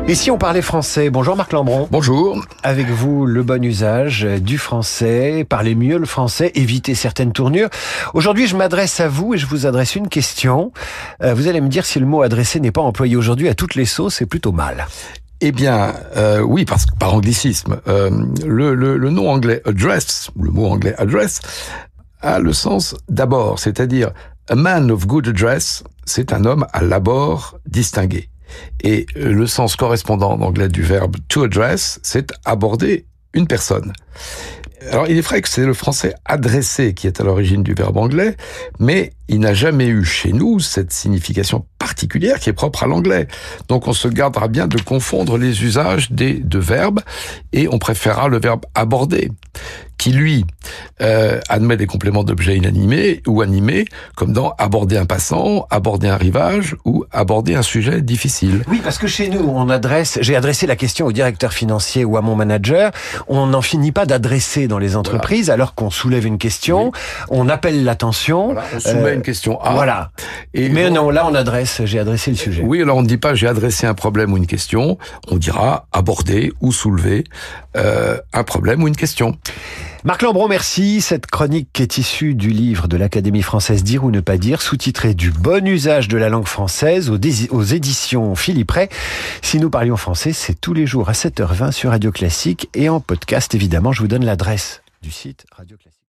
Et si on parlait français? Bonjour Marc Lambron. Bonjour. Avec vous, le bon usage du français, parlez mieux le français, évitez certaines tournures. Aujourd'hui, je m'adresse à vous et je vous adresse une question. Vous allez me dire si le mot adresser n'est pas employé aujourd'hui à toutes les sauces, c'est plutôt mal. Eh bien, oui, parce que par anglicisme, le nom anglais address, le mot anglais address, a le sens d'abord, c'est-à-dire a man of good address, c'est un homme à l'abord distingué. Et le sens correspondant en anglais du verbe to address, c'est aborder une personne. Alors, il est vrai que c'est le français adresser qui est à l'origine du verbe anglais, mais il n'a jamais eu chez nous cette signification particulière qui est propre à l'anglais. Donc, on se gardera bien de confondre les usages des deux verbes et on préférera le verbe aborder, qui lui admet des compléments d'objets inanimés ou animés, comme dans aborder un passant, aborder un rivage ou aborder un sujet difficile. Oui, parce que chez nous, j'ai adressé la question au directeur financier ou à mon manager. On n'en finit pas d'adresser dans les entreprises, voilà. Alors qu'on soulève une question, oui. On appelle l'attention. Voilà, on soumet une question A. Voilà. Mais non, là on adresse, j'ai adressé le sujet. Oui, alors on ne dit pas j'ai adressé un problème ou une question, on dira aborder ou soulever un problème ou une question. Marc Lambron, merci. Cette chronique est issue du livre de l'Académie française Dire ou ne pas dire, sous-titré Du bon usage de la langue française aux éditions Philippe Ray. Si nous parlions français, c'est tous les jours à 7h20 sur Radio Classique et en podcast, évidemment. Je vous donne l'adresse du site Radio Classique.